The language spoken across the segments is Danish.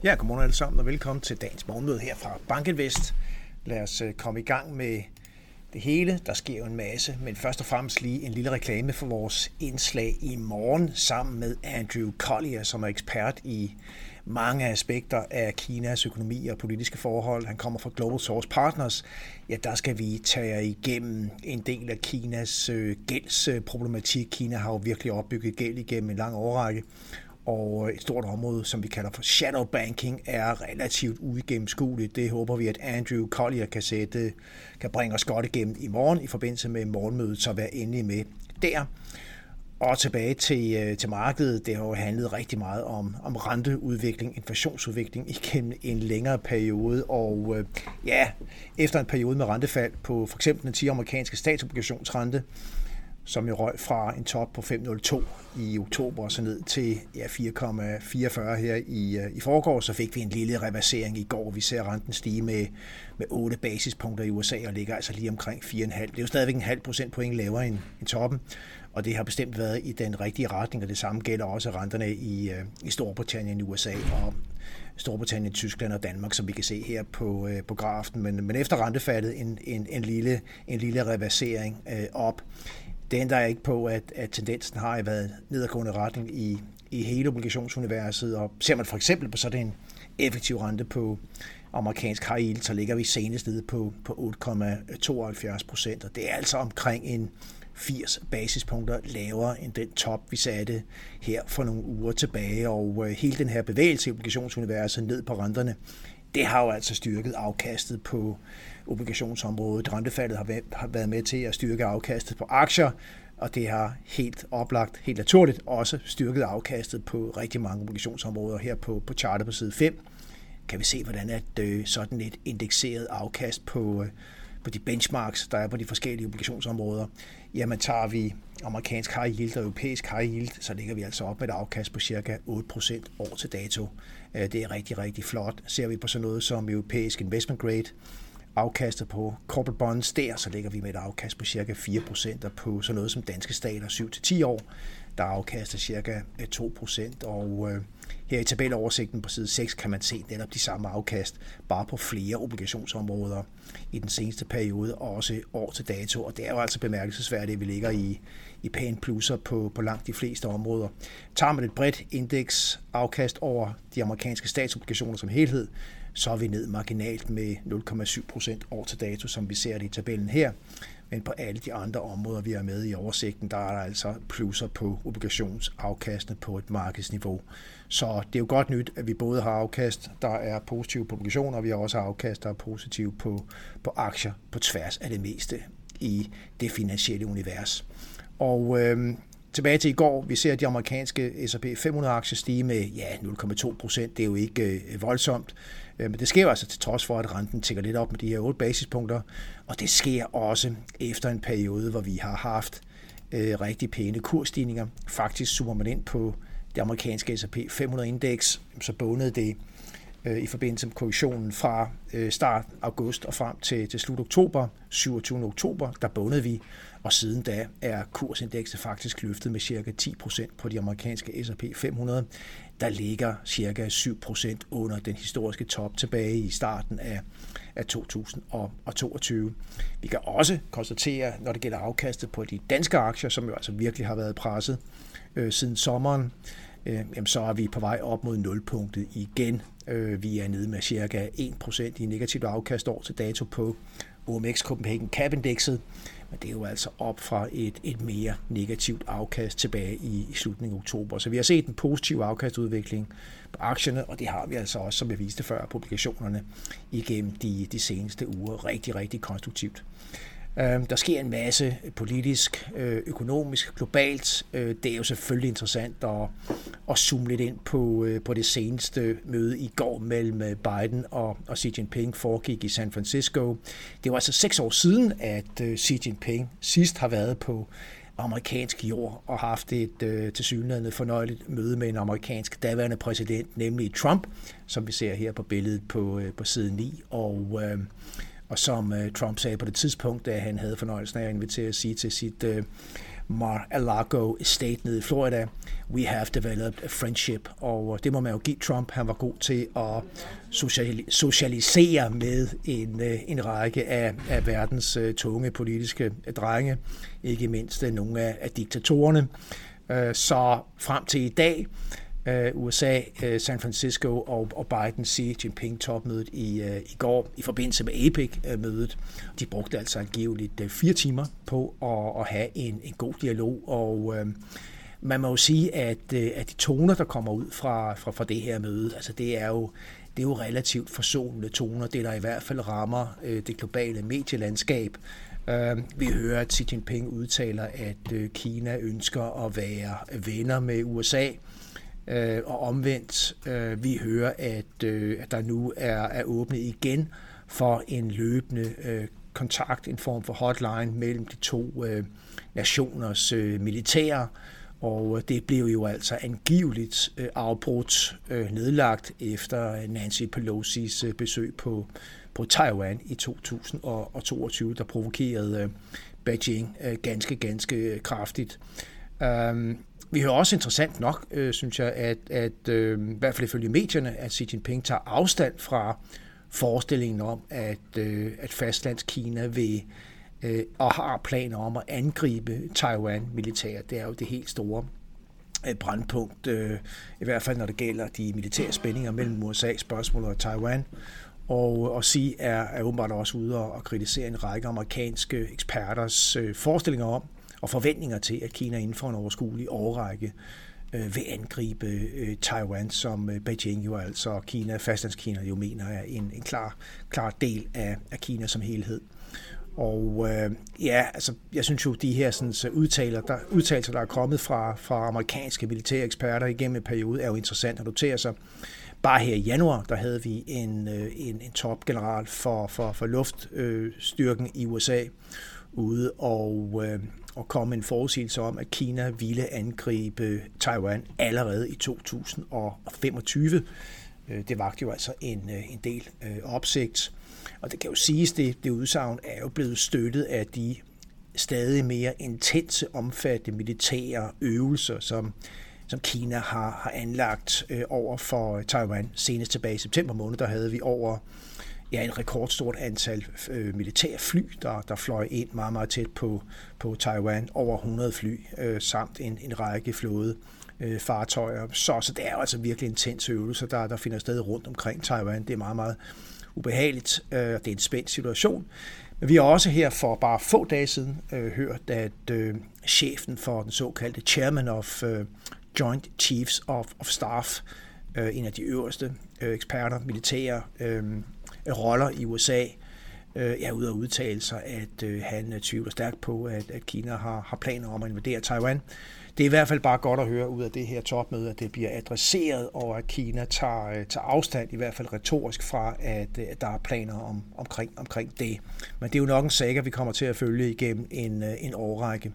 Ja, godmorgen alle sammen og velkommen til dagens morgenmøde her fra BankInvest. Lad os komme i gang med det hele. Der sker jo en masse, men først og fremmest lige en lille reklame for vores indslag i morgen sammen med Andrew Collier, som er ekspert i mange aspekter af Kinas økonomi og politiske forhold. Han kommer fra Global Source Partners. Ja, der skal vi tage igennem en del af Kinas gældsproblematik. Kina har jo virkelig opbygget gæld igennem en lang årrække. Og et stort område, som vi kalder for shadow banking, er relativt uigennemskueligt. Det håber vi, at Andrew Collier kan bringe os godt igennem i morgen i forbindelse med morgenmødet, så vær endelig med der. Og tilbage til markedet, det har jo handlet rigtig meget om renteudvikling, inflationsudvikling igennem en længere periode. Og efter en periode med rentefald på for eksempel den 10 amerikanske statsobligationsrente, som jo røg fra en top på 5,02 i oktober og så ned til 4,44 her i forgårs, så fik vi en lille reversering i går. Vi ser renten stige med 8 basispunkter i USA og ligger altså lige omkring 4,5. Det er jo stadigvæk en halv procentpoint lavere end toppen, og det har bestemt været i den rigtige retning, og det samme gælder også renterne i Storbritannien, USA og Storbritannien, Tyskland og Danmark, som vi kan se her på grafen. Men efter rentefaldet en lille reversering op. Det ændrer ikke på, at tendensen har været nedadgående retning i hele obligationsuniverset, og ser man for eksempel på sådan en effektiv rente på amerikansk high yield, så ligger vi senest nede på 8,72%, og det er altså omkring en 80 basispunkter lavere end den top, vi satte her for nogle uger tilbage, og hele den her bevægelse i obligationsuniverset ned på renterne, det har jo altså styrket afkastet på obligationsområdet. Rentefaldet har været med til at styrke afkastet på aktier, og det har helt oplagt, helt naturligt også styrket afkastet på rigtig mange obligationsområder. Her på chartet på side 5 kan vi se, hvordan sådan et indekseret afkast på de benchmarks, der er på de forskellige obligationsområder. Jamen tager vi amerikansk high yield og europæisk high yield, så ligger vi altså op med et afkast på cirka 8% år til dato. Det er rigtig, rigtig flot. Ser vi på sådan noget som europæisk investment grade, afkastet på corporate bonds der, så ligger vi med et afkast på cirka 4%, og på sådan noget som danske stater 7-10 år, der afkaster cirka 2%, og her i tabeloversigten på side 6 kan man se netop de samme afkast, bare på flere obligationsområder i den seneste periode, og også år til dato, og det er jo altså bemærkelsesværdigt, at vi ligger i pæne plusser på langt de fleste områder. Tager man et bredt indeks afkast over de amerikanske statsobligationer som helhed, så er vi ned marginalt med 0,7% år til dato, som vi ser det i tabellen her. Men på alle de andre områder, vi er med i oversigten, der er der altså plusser på obligationsafkastene på et markedsniveau. Så det er jo godt nyt, at vi både har afkast, der er positive på obligationer, og vi har også afkast, der er positive på aktier på tværs af det meste i det finansielle univers. Og tilbage til i går, vi ser de amerikanske S&P 500-aktier stige med 0,2%. Det er jo ikke voldsomt, men det sker altså til trods for, at renten tikker lidt op med de her 8 basispunkter, og det sker også efter en periode, hvor vi har haft rigtig pæne kursstigninger. Faktisk zoomer man ind på det amerikanske S&P 500-indeks, så bundede det i forbindelse med korrektionen fra start august og frem til slut oktober, 27. oktober, der bundede vi, og siden da er kursindekset faktisk løftet med cirka 10% på de amerikanske S&P 500, der ligger cirka 7% under den historiske top tilbage i starten af 2022. Vi kan også konstatere, når det gælder afkastet på de danske aktier, som jo altså virkelig har været presset siden sommeren, så er vi på vej op mod nulpunktet igen. Vi er nede med cirka 1% i negativt afkast år til dato på OMX Copenhagen Cap-indekset, men det er jo altså op fra et mere negativt afkast tilbage i slutningen af oktober. Så vi har set en positiv afkastudvikling på aktierne, og det har vi altså også, som jeg viste før, på obligationerne igennem de seneste uger. Rigtig, rigtig konstruktivt. Der sker en masse politisk, økonomisk, globalt. Det er jo selvfølgelig interessant at zoome lidt ind på det seneste møde i går mellem Biden og Xi Jinping foregik i San Francisco. Det var altså 6 år siden, at Xi Jinping sidst har været på amerikansk jord og haft et tilsyneladende fornøjeligt møde med en amerikansk daværende præsident, nemlig Trump, som vi ser her på billedet på side 9. Og som Trump sagde på det tidspunkt, da han havde fornøjelsen af at invitere Xi til sit Mar-a-Lago estate nede i Florida, we have developed a friendship. Og det må man jo give Trump. Han var god til at socialisere med en række af verdens tunge politiske drenge, ikke mindst nogle af diktatorerne. Så frem til i dag, USA, San Francisco og Biden, Xi Jinping topmødet i går i forbindelse med APEC-mødet. De brugte altså angiveligt 4 timer på at have en god dialog, og man må jo sige, at de toner, der kommer ud fra det her møde, altså det er jo relativt forsonende toner, det der i hvert fald rammer det globale medielandskab. Vi hører, at Xi Jinping udtaler, at Kina ønsker at være venner med USA, og omvendt. Vi hører, at der nu er åbnet igen for en løbende kontakt, en form for hotline mellem de to nationers militære, og det blev jo altså angiveligt afbrudt, nedlagt efter Nancy Pelosi's besøg på Taiwan i 2022, der provokerede Beijing ganske kraftigt. Vi hører også interessant nok, synes jeg, at i hvert fald ifølge medierne, at Xi Jinping tager afstand fra forestillingen om, at fastlandskina vil og har planer om at angribe Taiwan militært. Det er jo det helt store brandpunkt, i hvert fald når det gælder de militære spændinger mellem USA, spørgsmålet og Taiwan. Og Xi er åbenbart også ude og kritisere en række amerikanske eksperters forestillinger om og forventninger til, at Kina inden for en overskuelig årrække vil angribe Taiwan, som Beijing jo altså, fastlandskina jo mener er en klar del af Kina som helhed. Og altså, jeg synes jo, de her sådan, udtalelser, der er kommet fra amerikanske militære eksperter igennem en periode, er jo interessant at notere sig. Bare her i januar, der havde vi en topgeneral for luftstyrken i USA ude og kom med en forudsigelse om, at Kina ville angribe Taiwan allerede i 2025. Det vagte jo altså en del opsigt. Og det kan jo siges, det udsagn er jo blevet støttet af de stadig mere intense, omfattende militære øvelser, som Kina har anlagt over for Taiwan. Senest tilbage i september måned, der havde vi over et rekordstort antal militære fly, der fløj ind meget, meget tæt på Taiwan. Over 100 fly, samt en række flåde fartøjer. Så det er jo altså virkelig intense øvelser, der finder sted rundt omkring Taiwan. Det er meget, meget ubehageligt. Det er en spændt situation. Men vi har også her for bare få dage siden hørt, at chefen for den såkaldte Chairman of Joint Chiefs of Staff, en af de øverste eksperter, militære roller i USA, er ude at udtale sig, at han tvivler stærkt på, at Kina har planer om at invadere Taiwan. Det er i hvert fald bare godt at høre ud af det her topmøde, at det bliver adresseret, og at Kina tager afstand, i hvert fald retorisk, fra, at der er planer omkring det. Men det er jo nok en sag, vi kommer til at følge igennem en årrække.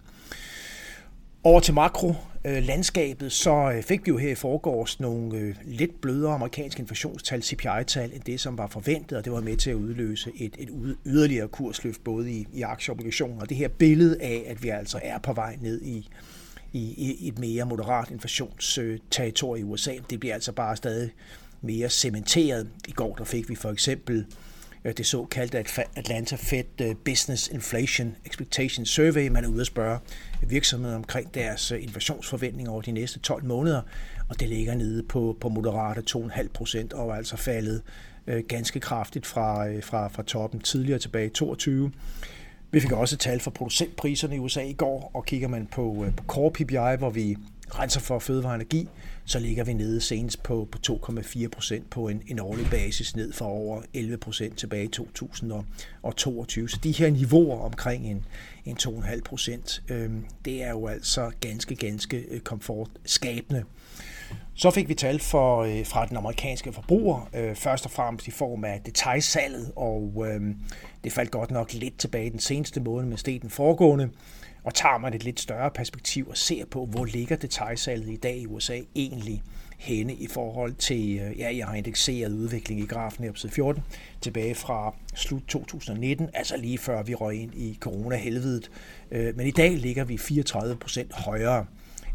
Over til makrolandskabet, så fik vi jo her i forgårs nogle lidt blødere amerikanske inflationstal, CPI-tal, end det, som var forventet, og det var med til at udløse et yderligere kursløft både i aktieobligationer. Og det her billede af, at vi altså er på vej ned i et mere moderat inflationsterritorie i USA, det bliver altså bare stadig mere cementeret. I går der fik vi for eksempel det såkaldte Atlanta Fed Business Inflation Expectation Survey. Man er ude at spørge virksomheder omkring deres inflationsforventninger over de næste 12 måneder, og det ligger nede på moderate 2,5%, og altså faldet ganske kraftigt fra toppen tidligere tilbage i 2022. Vi fik også tal for producentpriserne i USA i går, og kigger man på Core PPI, hvor vi renser for fødevare og energi, så ligger vi nede senest på 2,4% på en årlig basis, ned fra over 11% tilbage i 2022. Så de her niveauer omkring en 2,5%, det er jo altså ganske komfortskabende. Så fik vi tal fra den amerikanske forbruger, først og fremmest i form af detailsalget, og det faldt godt nok lidt tilbage den seneste måned, med steg den foregående. Og tager man et lidt større perspektiv og ser på, hvor ligger detailsalget i dag i USA egentlig henne i forhold til, jeg har indekseret udvikling i grafen her på side 14, tilbage fra slut 2019, altså lige før vi røg ind i corona-helvedet. Men i dag ligger vi 34% højere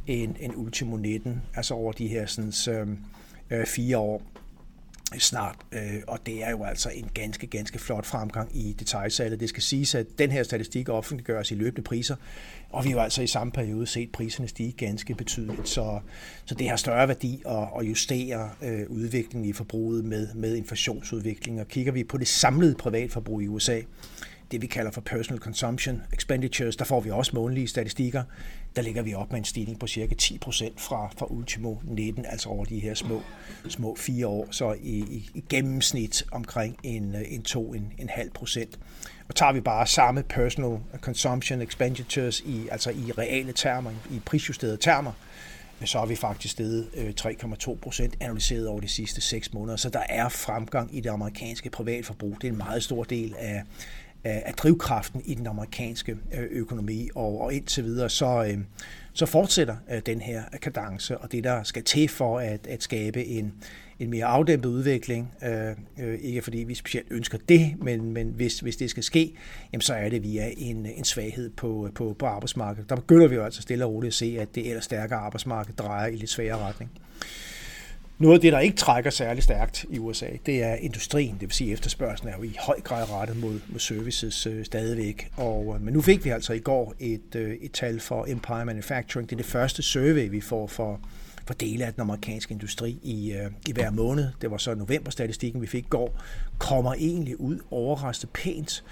end Ultimo 19, altså over de her sådan, 4 år snart, og det er jo altså en ganske flot fremgang i detailsalget. Det skal siges, at den her statistik offentliggøres i løbende priser, og vi har jo altså i samme periode set priserne stige ganske betydeligt, så det har større værdi at justere udviklingen i forbruget med inflationsudvikling. Og kigger vi på det samlede privatforbrug i USA, det vi kalder for personal consumption expenditures, der får vi også månedlige statistikker. Der ligger vi op med en stigning på cirka 10% fra Ultimo 19, altså over de her små 4 år, så i gennemsnit omkring en 2,5%. Og tager vi bare samme personal consumption expenditures i reale termer, i prisjusterede termer, så er vi faktisk steget 3,2% analyseret over de sidste 6 måneder. Så der er fremgang i det amerikanske privatforbrug. Det er en meget stor del af drivkraften i den amerikanske økonomi, og indtil videre så fortsætter den her kadence, og det der skal til for at skabe en mere afdæmpet udvikling, ikke fordi vi specielt ønsker det, men hvis det skal ske, jamen så er det via en svaghed på arbejdsmarkedet. Der begynder vi jo altså stille og roligt at se, at det ellers stærkere arbejdsmarked drejer i lidt sværere retning. Noget af det, der ikke trækker særlig stærkt i USA, det er industrien. Det vil sige, at efterspørgslen er jo i høj grad rettet mod services stadigvæk. Men nu fik vi altså i går et tal for Empire Manufacturing. Det er det første survey, vi får for dele af den amerikanske industri i hver måned. Det var så novemberstatistikken, vi fik i går. Kommer egentlig ud overraskende pænt.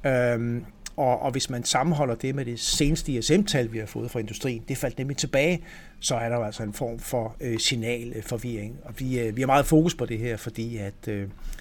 Og hvis man sammenholder det med det seneste ISM-tal, vi har fået fra industrien, det faldt nemlig tilbage, så er der jo altså en form for signalforvirring. Og vi har meget fokus på det her, fordi at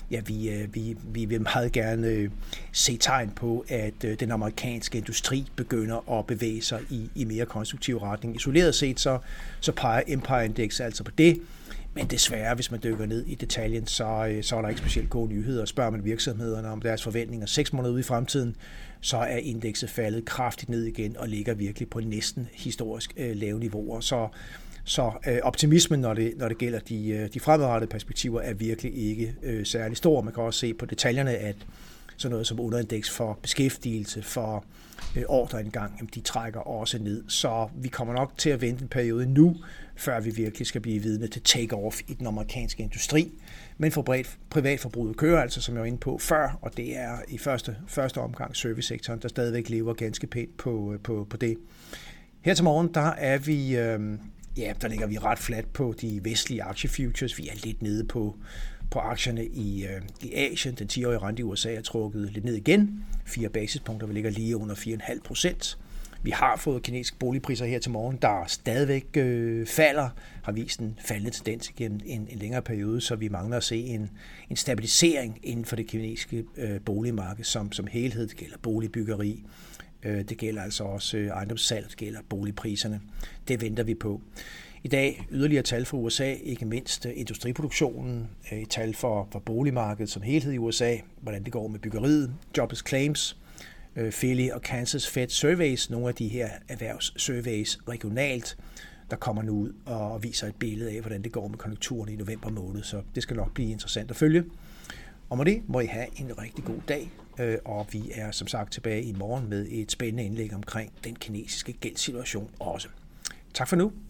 vi vil meget gerne se tegn på, at den amerikanske industri begynder at bevæge sig i mere konstruktiv retning. Isoleret set så peger Empire Index altså på det. Men desværre, hvis man dykker ned i detaljen, så er der ikke specielt gode nyheder. Spørger man virksomhederne om deres forventninger 6 måneder ude i fremtiden, så er indekset faldet kraftigt ned igen og ligger virkelig på næsten historisk lave niveauer. Så optimismen, når det gælder de fremadrettede perspektiver, er virkelig ikke særlig stor. Man kan også se på detaljerne, at sådan noget som underindeks for beskæftigelse, for ordreindgang, jamen de trækker også ned. Så vi kommer nok til at vente en periode nu, før vi virkelig skal blive vidne til take-off i den amerikanske industri. Men for privatforbruget kører altså, som jeg var inde på før, og det er i første omgang servicesektoren, der stadigvæk lever ganske pænt på det. Her til morgen, der er vi, der ligger vi ret fladt på de vestlige aktiefutures. Vi er lidt nede på aktierne i Asien. Den 10-årige rente i USA er trukket lidt ned igen. 4 basispunkter, vi ligger lige under 4,5%. Vi har fået kinesiske boligpriser her til morgen, der stadigvæk falder, har vist en faldende tendens igennem en længere periode, så vi mangler at se en stabilisering inden for det kinesiske boligmarked som helhed. Det gælder boligbyggeri, det gælder altså også ejendomssalg, det gælder boligpriserne. Det venter vi på. I dag yderligere tal for USA, ikke mindst industriproduktionen, et tal for boligmarkedet som helhed i USA, hvordan det går med byggeriet, jobless claims, Philly og Kansas Fed Surveys, nogle af de her erhvervssurveys regionalt, der kommer nu ud og viser et billede af, hvordan det går med konjunkturerne i november måned, så det skal nok blive interessant at følge. Og med det må I have en rigtig god dag, og vi er som sagt tilbage i morgen med et spændende indlæg omkring den kinesiske gældssituation også. Tak for nu.